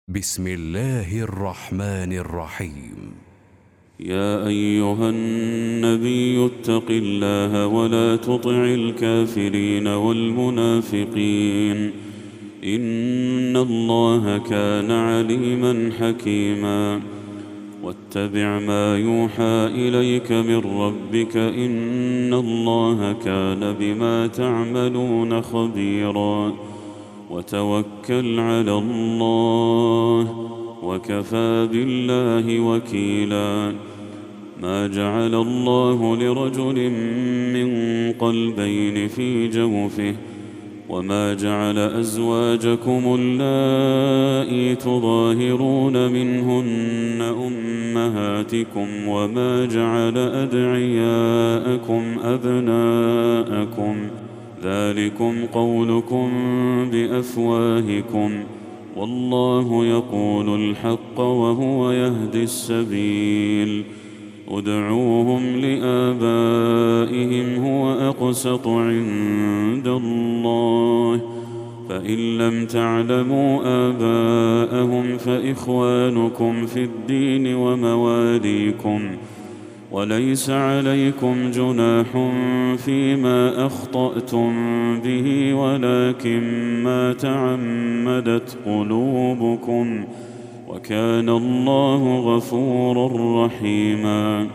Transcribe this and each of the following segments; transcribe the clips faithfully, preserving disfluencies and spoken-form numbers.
بسم الله الرحمن الرحيم. يا أيها النبي اتق الله ولا تطع الكافرين والمنافقين إن الله كان عليما حكيما. واتبع ما يوحى إليك من ربك إن الله كان بما تعملون خبيرا. وتوكل على الله وكفى بالله وكيلا. ما جعل الله لرجل من قلبين في جوفه وما جعل أزواجكم اللائي تظاهرون منهن أمهاتكم وما جعل أدعياءكم أبناءكم ذلكم قولكم بأفواهكم والله يقول الحق وهو يهدي السبيل. ادعوهم لآبائهم هو أقسط عند الله فإن لم تعلموا آباءهم فإخوانكم في الدين ومواليكم وليس عليكم جناح فيما أخطأتم به ولكن ما تعمدت قلوبكم وكان الله غفورا رحيما.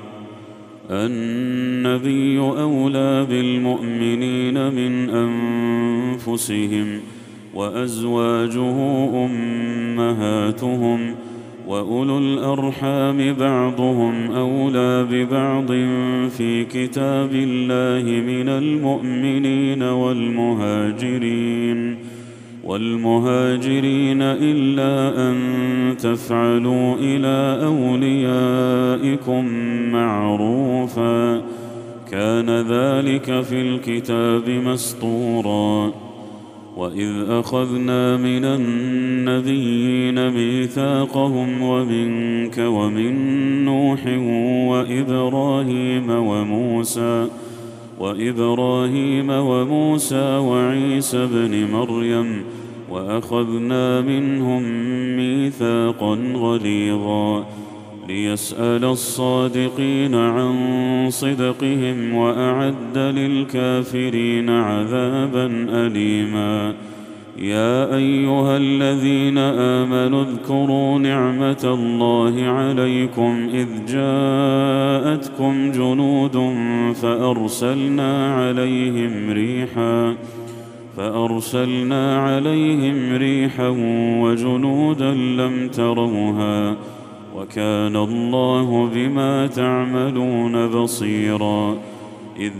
النبي أولى بالمؤمنين من أنفسهم وأزواجه أمهاتهم وأولو الأرحام بعضهم أولى ببعض في كتاب الله من المؤمنين والمهاجرين والمهاجرين إلا أن تفعلوا إلى أوليائكم معروفا كان ذلك في الكتاب مسطورا. وإذ أخذنا من النبيين ميثاقهم ومنك ومن نوح وإبراهيم وموسى وإبراهيم وموسى وعيسى ابن مريم وأخذنا منهم ميثاقا غليظا ليسأل الصادقين عن صدقهم وأعد للكافرين عذابا أليما. يا أيها الذين آمنوا اذكروا نعمة الله عليكم إذ جاءتكم جنود فأرسلنا عليهم ريحا فأرسلنا عليهم ريحا وجنودا لم تروها وكان الله بما تعملون بصيرا. إذ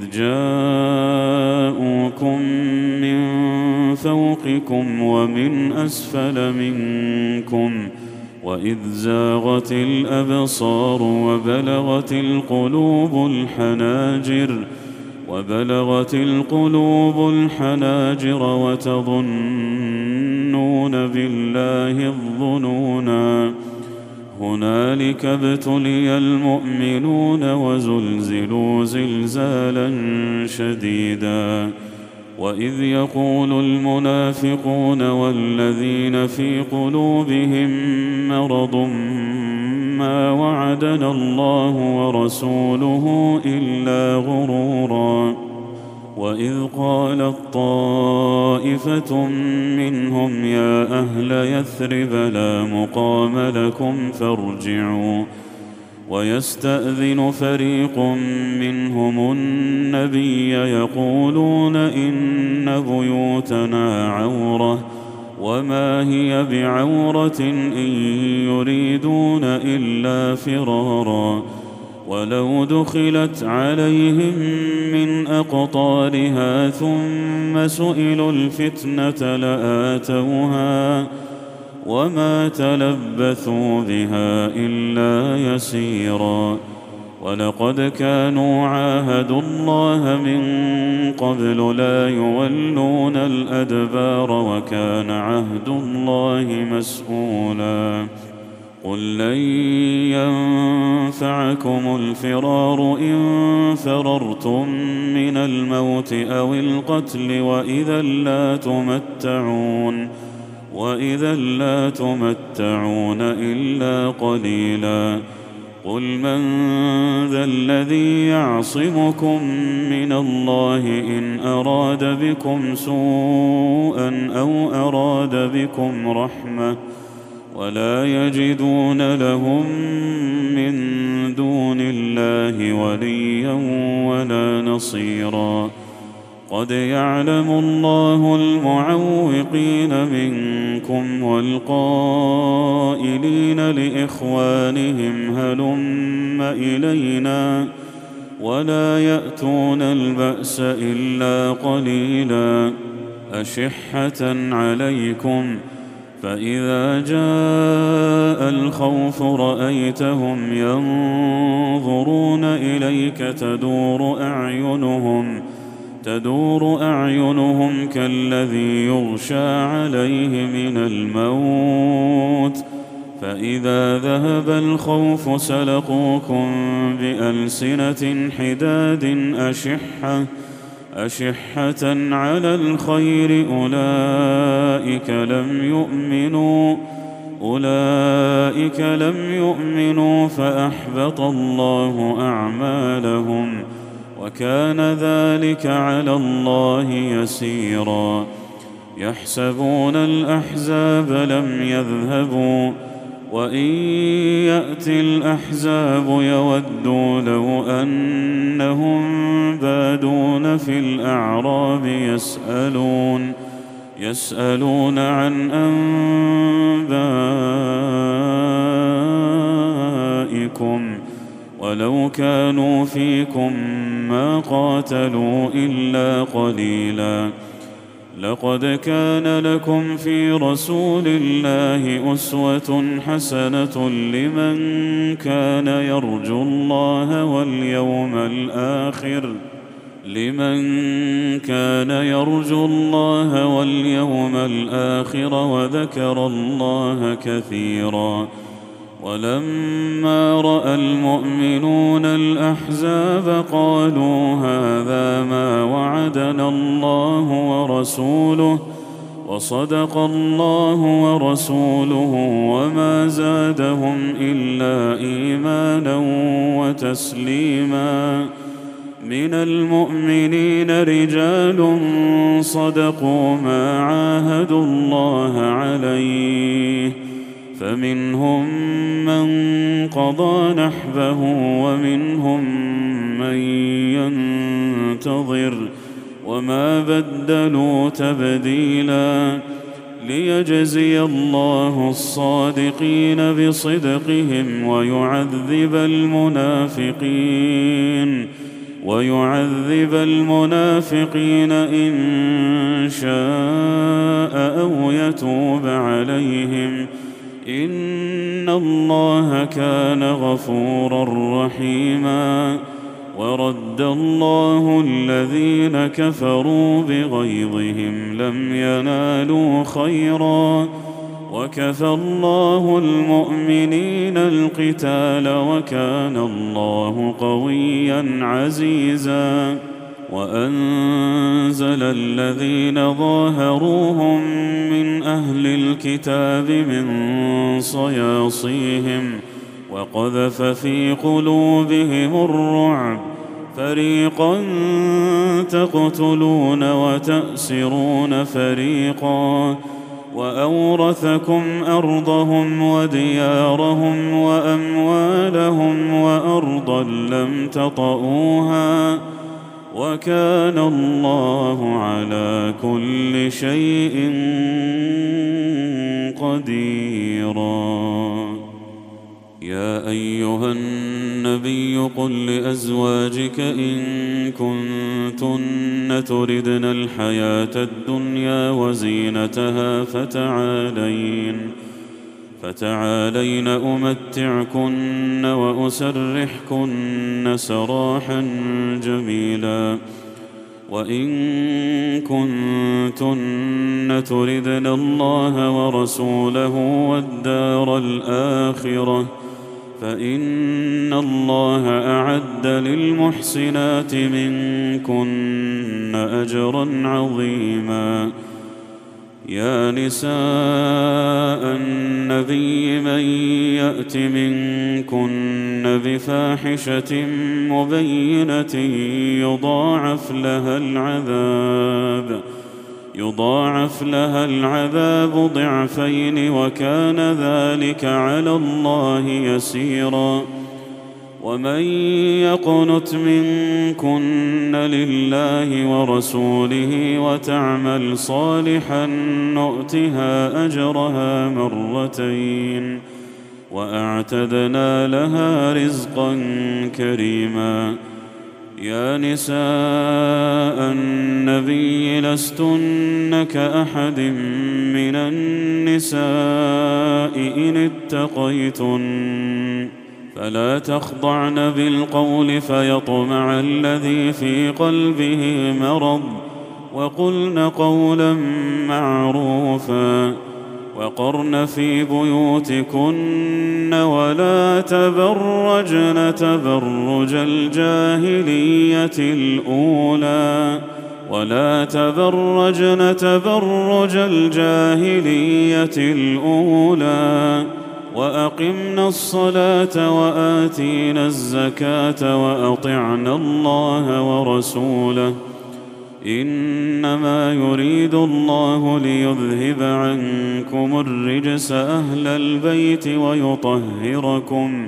جاءوكم من فوقكم ومن أسفل منكم وإذ زاغت الأبصار وبلغت القلوب الحناجر وبلغت القلوب الحناجر وتظنون بالله الظنونا. هنالك ابتلي المؤمنون وزلزلوا زلزالا شديدا. وإذ يقول المنافقون والذين في قلوبهم مرض ما وعدنا الله ورسوله إلا غرورا. وإذ قالت طائفة منهم يا أهل يثرب لا مقام لكم فارجعوا ويستأذن فريق منهم النبي يقولون إن بيوتنا عورة وما هي بعورة إن يريدون إلا فرارا. ولو دخلت عليهم من أقطارها ثم سئلوا الفتنة لآتوها وما تلبثوا بها إلا يسيرا. ولقد كانوا عاهدوا الله من قبل لا يولون الأدبار وكان عهد الله مسؤولا. قل لن ينفعكم الفرار إن فررتم من الموت أو القتل وإذا لا تمتعون وإذا لا تمتعون إلا قليلا. قل من ذا الذي يعصمكم من الله إن أراد بكم سوءا أو أراد بكم رحمة ولا يجدون لهم من دون الله وليا ولا نصيرا. قد يعلم الله المعوقين منكم والقائلين لإخوانهم هلم إلينا ولا يأتون البأس إلا قليلا. أشحة عليكم فإذا جاء الخوف رأيتهم ينظرون إليك تدور أعينهم تدور أعينهم كالذي يغشى عليه من الموت فإذا ذهب الخوف سلقوكم بألسنة حداد أشحة أشحة على الخير أولئك لم يؤمنوا أولئك لم يؤمنوا فأحبط الله أعمالهم وكان ذلك على الله يسيرا. يحسبون الأحزاب لم يذهبوا وإن يأتي الأحزاب يودوا لو أنهم بادون في الأعراب يسألون يسألون عن أنبائكم ولو كانوا فيكم ما قاتلوا إلا قليلا. لقد كان لكم في رسول الله أسوة حسنة لمن كان يرجو الله واليوم الآخر لمن كان يرجو الله واليوم الآخر وذكر الله كثيرا. ولما رأى المؤمنون الأحزاب قالوا هذا ما وعدنا الله ورسوله وصدق الله ورسوله وما زادهم إلا إيمانا وتسليما. من المؤمنين رجال صدقوا ما عاهدوا الله عليه فمنهم من قضى نحبه ومنهم من ينتظر وما بدلوا تبديلا. ليجزي الله الصادقين بصدقهم ويعذب المنافقين ويعذب المنافقين إن شاء أو يتوب عليهم إن الله كان غفورا رحيما. ورد الله الذين كفروا بغيظهم لم ينالوا خيرا وكفى الله المؤمنين القتال وكان الله قويا عزيزا. وأنزل الذين ظاهروهم من أهل الكتاب من صياصيهم وقذف في قلوبهم الرعب فريقا تقتلون وتأسرون فريقا وأورثكم أرضهم وديارهم وأموالهم وأرضا لم تطئوها وكان الله على كل شيء قديرا. يا أيها النبي قل لأزواجك إن كنتن تردن الحياة الدنيا وزينتها فتعالين فتعالين أمتعكن وأسرحكن سراحا جميلا. وإن كنتن تردن الله ورسوله والدار الآخرة فإن الله أعد للمحسنات منكن أجرا عظيما. يا نساء النبي من يأت منكن بفاحشة مبينة يضاعف لها العذاب يضاعف لها العذاب ضعفين وكان ذلك على الله يسيرا. ومن يقنت منكن لله ورسوله وتعمل صالحا نؤتها أجرها مرتين وأعتدنا لها رزقا كريما. يا نساء النبي لستن كأحد من النساء إن اتقيتن فلا تخضعن بالقول فيطمع الذي في قلبه مرض وقلن قولا معروفا وقرن في بيوتكن ولا تبرجن تبرج الجاهلية الأولى ولا تبرجن تبرج الجاهلية الأولى وأقمنا الصلاة وآتينا الزكاة وأطعنا الله ورسوله إنما يريد الله ليذهب عنكم الرجس أهل البيت ويطهركم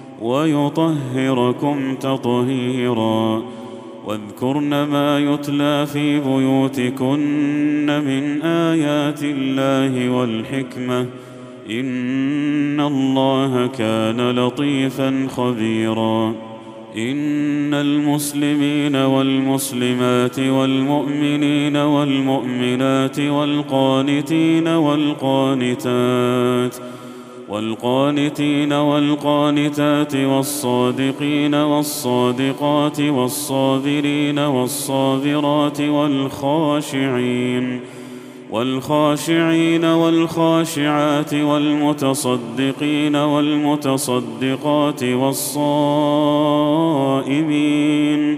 ويطهركم تطهيرا. واذكرن ما يتلى في بيوتكن من آيات الله والحكمة إن الله كان لطيفا خبيرا. إن المسلمين والمسلمات والمؤمنين والمؤمنات والقانتين والقانتات والقانتين والقانتات والصادقين والصادقات والصابرين والصابرات والخاشعين والخاشعين والخاشعات والمتصدقين والمتصدقات والصائمين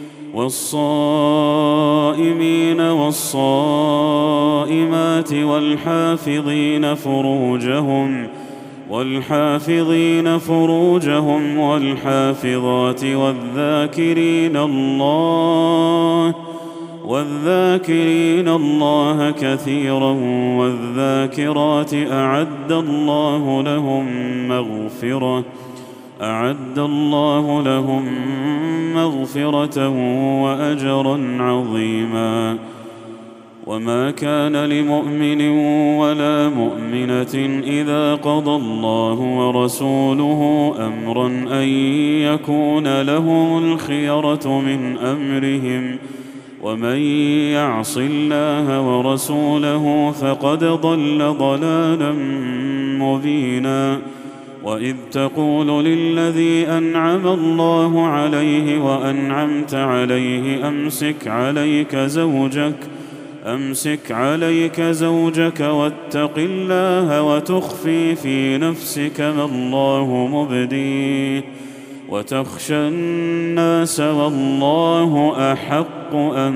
والصائمين والصائمات والحافظين فروجهم والحافظين فروجهم والحافظات والذاكرين الله والذاكرين الله كثيرا والذاكرات أعد الله لهم مغفرة أعد الله لهم مغفرة وأجرا عظيما. وما كان لمؤمن ولا مؤمنة إذا قضى الله ورسوله أمرا أن يكون لهم الخيرة من أمرهم ومن يعص الله ورسوله فقد ضل ضلالا مبينا. وإذ تقول للذي أنعم الله عليه وأنعمت عليه أمسك عليك زوجك أمسك عليك زوجك واتق الله وتخفي في نفسك ما الله مبديه وتخشى الناس والله أحق أن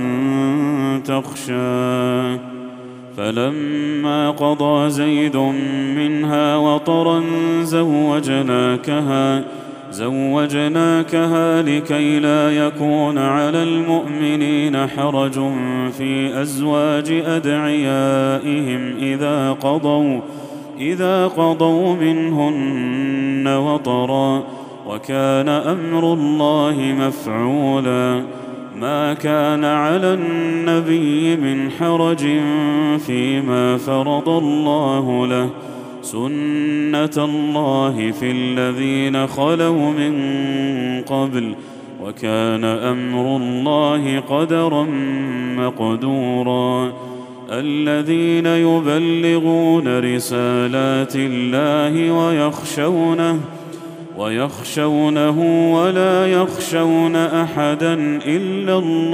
تخشاه. فلما قضى زيد منها وطرا زوجناكها زوجناكها لكي لا يكون على المؤمنين حرج في أزواج أدعيائهم إذا قضوا إذا قضوا منهن وطرا وكان أمر الله مفعولا. ما كان على النبي من حرج فيما فرض الله له سنة الله في الذين خلوا من قبل وكان أمر الله قدرا مقدورا. الذين يبلغون رسالات الله ويخشونه ويخشونه ولا يخشون أحدا إلا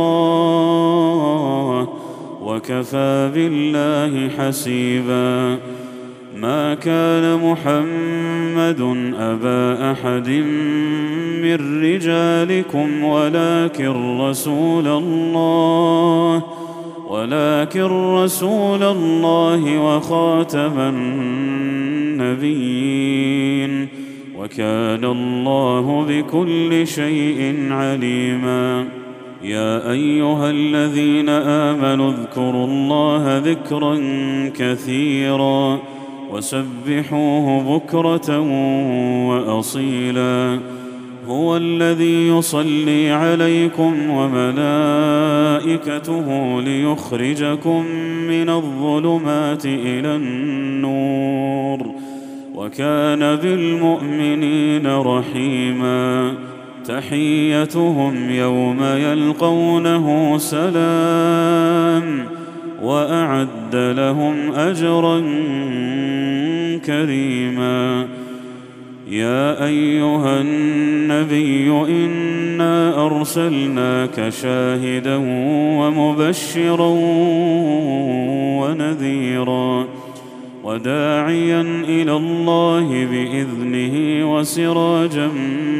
الله وكفى بالله حسيبا. ما كان محمد أبا أحد من رجالكم ولكن رسول الله ولكن رسول الله وخاتم النبيين، وكان الله بكل شيء عليما. يا أيها الذين آمنوا اذكروا الله ذكرا كثيرا وسبحوه بكرة وأصيلا. هو الذي يصلي عليكم وملائكته ليخرجكم من الظلمات إلى النور، وكان بالمؤمنين رحيما. تحيتهم يوم يلقونه سلام، وأعد لهم أجرا كريما. يا أيها النبي إنا أرسلناك شاهدا ومبشرا ونذيرا وداعيا إلى الله بإذنه وسراجا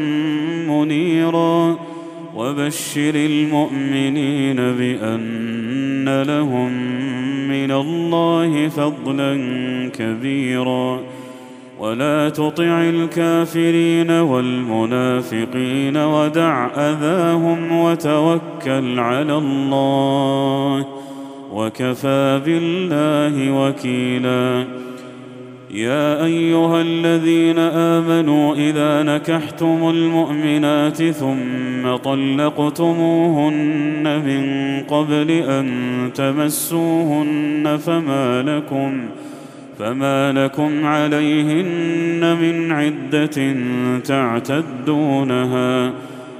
منيرا. وبشر المؤمنين بأن لهم من الله فضلا كبيرا. ولا تطع الكافرين والمنافقين ودع أذاهم وتوكل على الله، وكفى بالله وكيلا. يا أيها الذين آمنوا إذا نكحتم المؤمنات ثم طلقتموهن من قبل أن تمسوهن فما لكم فما لكم عليهن من عدة تعتدونها،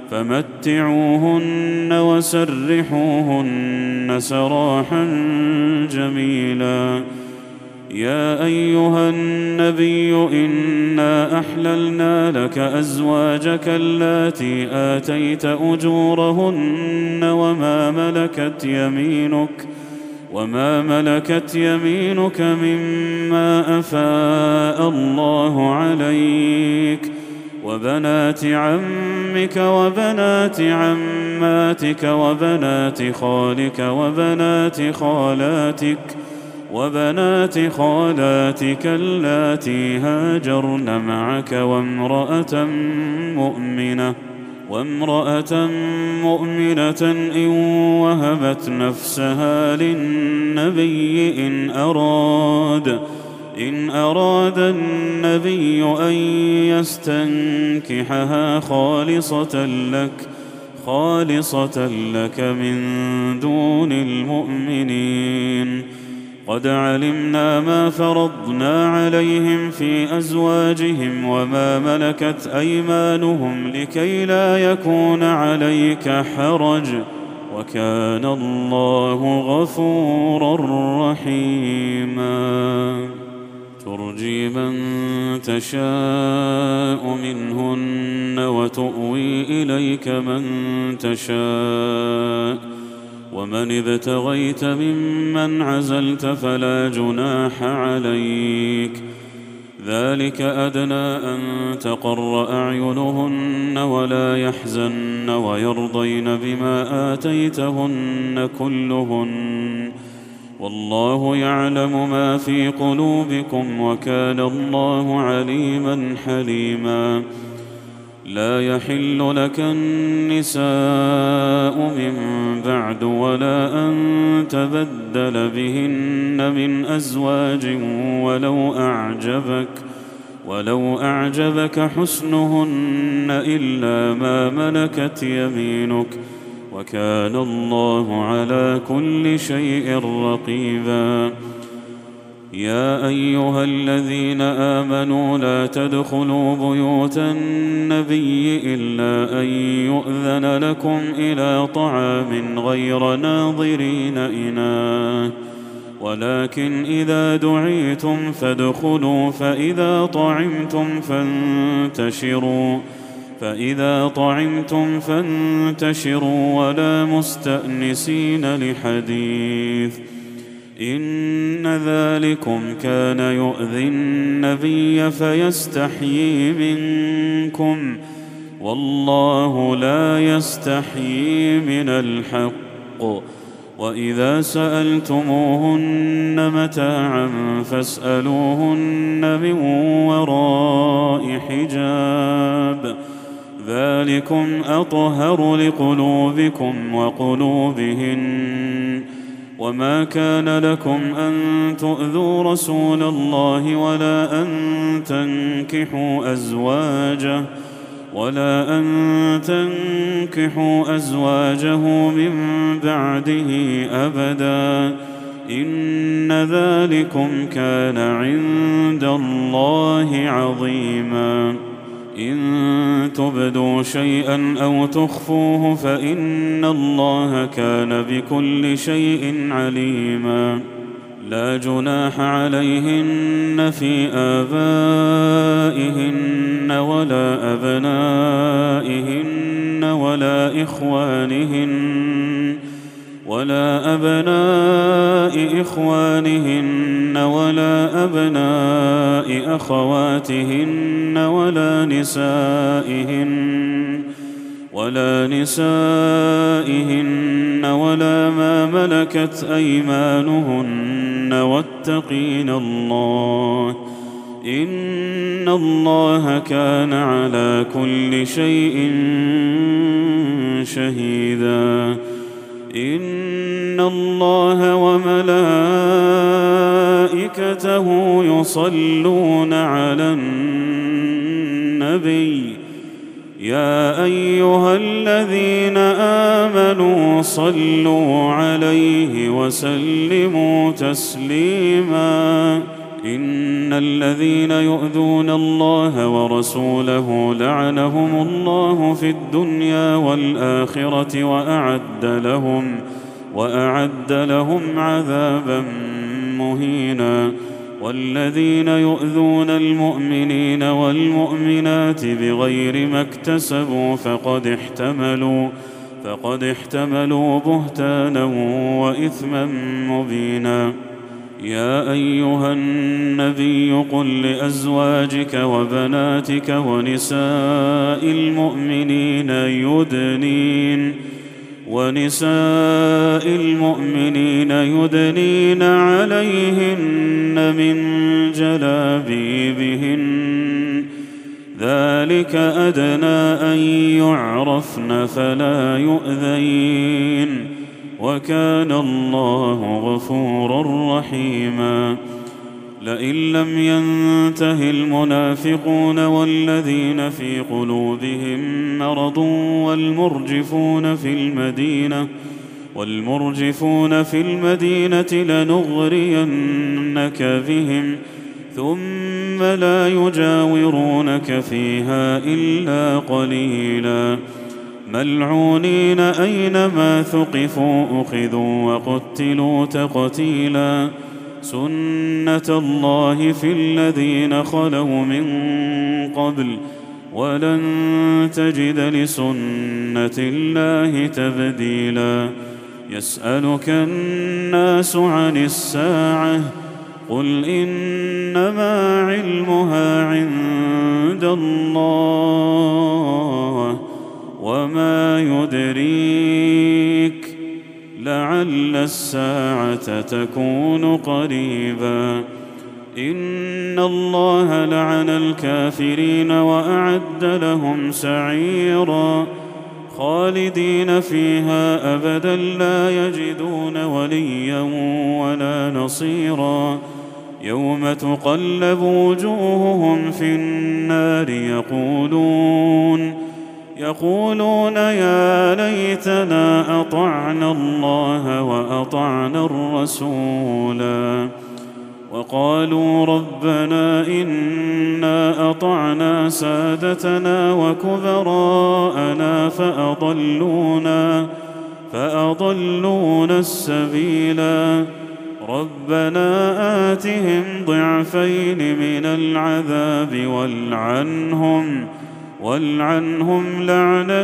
فمتعوهن وسرحوهن سراحا جميلا. يا أيها النبي إنا أحللنا لك أزواجك اللاتي آتيت أجورهن وما ملكت يمينك وما ملكت يمينك مما أفاء الله عليك، وبنات عمك وبنات عماتك وبنات خالك وبنات خالاتك وبنات خالاتك اللاتي هاجرن معك وامرأة مؤمنة وامرأة مؤمنة إن وهبت نفسها للنبي إن أراد إن أراد النبي أن يستنكحها خالصة لك خالصة لك من دون المؤمنين. قد علمنا ما فرضنا عليهم في أزواجهم وما ملكت أيمانهم لكي لا يكون عليك حرج، وكان الله غفورا رحيما. ترجي من تشاء منهن وتؤوي إليك من تشاء، ومن ابتغيت ممن عزلت فلا جناح عليك. ذلك أدنى أن تقر أعينهن ولا يحزن ويرضين بما آتيتهن كلهن، والله يعلم ما في قلوبكم وكان الله عليما حليما. لا يحل لك النساء من بعد ولا أن تبدل بهن من أزواج ولو أعجبك ولو أعجبك حسنهن إلا ما ملكت يمينك، وكان الله على كل شيء رقيبا. يا أيها الذين آمنوا لا تدخلوا بيوت النبي إلا أن يؤذن لكم إلى طعام غير ناظرين إناه، ولكن إذا دعيتم فادخلوا فإذا طعمتم فانتشروا فإذا طعمتم فانتشروا ولا مستأنسين لحديث، إن ذلكم كان يؤذي النبي فيستحيي منكم، والله لا يستحيي من الحق، وإذا سألتموهن متاعا فاسألوهن من وراء حجاب ذلكم أطهر لقلوبكم وقلوبهن وما كان لكم أن تؤذوا رسول الله ولا أن تنكحوا أزواجه ولا أن تنكحوا أزواجه من بعده أبدا إن ذلكم كان عند الله عظيما إن تبدوا شيئا أو تخفوه فإن الله كان بكل شيء عليما لا جناح عليهن في آبائهن ولا أبنائهن ولا إخوانهن ولا أبناء إخوانهن ولا أبناء أخواتهن ولا نسائهن ولا نسائهن ولا ما ملكت أيمانهن واتقين الله إن الله كان على كل شيء شهيدا إن الله وملائكته يصلون على النبي يا أيها الذين آمنوا صلوا عليه وسلموا تسليما إن الذين يؤذون الله ورسوله لعنهم الله في الدنيا والآخرة وأعد لهم وأعد لهم عذابا مهينا والذين يؤذون المؤمنين والمؤمنات بغير ما اكتسبوا فقد احتملوا فقد احتملوا بهتانا وإثما مبينا يا أيها النبي قل لأزواجك وبناتك ونساء المؤمنين يدنين ونساء المؤمنين يدنين عليهن من جلابيبهن ذلك أدنى أن يعرفن فلا يؤذين وكان الله غفورا رحيما لئن لم ينته المنافقون والذين في قلوبهم مرض والمرجفون في المدينة والمرجفون في المدينة لنغرينك بهم ثم لا يجاورونك فيها إلا قليلا ملعونين أينما ثقفوا أخذوا وقتلوا تقتيلا سنة الله في الذين خلوا من قبل ولن تجد لسنة الله تبديلا يسألك الناس عن الساعة قل إنما علمها عند الله وما يدريك لعل الساعة تكون قريبا إن الله لعن الكافرين وأعد لهم سعيرا خالدين فيها أبدا لا يجدون وليا ولا نصيرا يوم تقلب وجوههم في النار يقولون يقولون يا ليتنا أطعنا الله وأطعنا الرسولا وقالوا ربنا إنا أطعنا سادتنا وكبراءنا فأضلونا فأضلونا السبيلا ربنا آتهم ضعفين من العذاب والعنهم والعنهم لعنا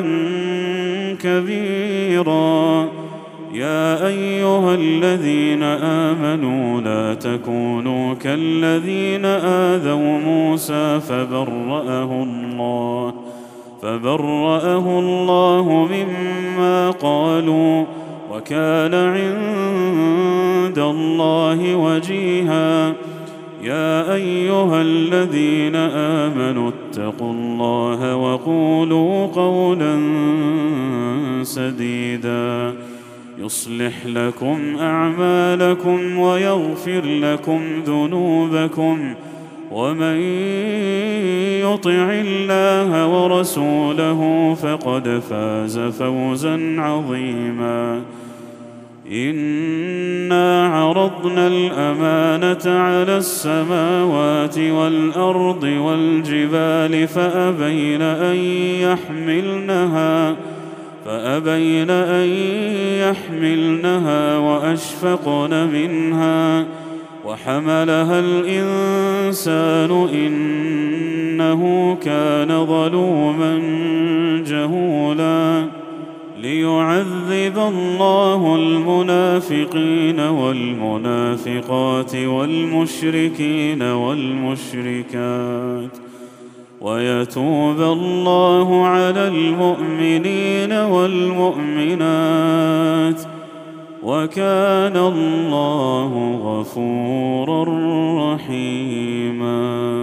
كبيرا يا أيها الذين آمنوا لا تكونوا كالذين آذوا موسى فبرأه الله فبرأه الله مما قالوا وكان عند الله وجيها. يا أيها الذين آمنوا اتقوا الله وقولوا قولا سديدا يصلح لكم أعمالكم ويغفر لكم ذنوبكم، ومن يطع الله ورسوله فقد فاز فوزا عظيما. إنا عرضنا الأمانة على السماوات والأرض والجبال فأبين أن يحملنها فأبين أن يحملنها وأشفقن منها وحملها الإنسان إنه كان ظلوما جهولا. ليعذب الله المنافقين والمنافقات والمشركين والمشركات ويتوب الله على المؤمنين والمؤمنات، وكان الله غفورا رحيما.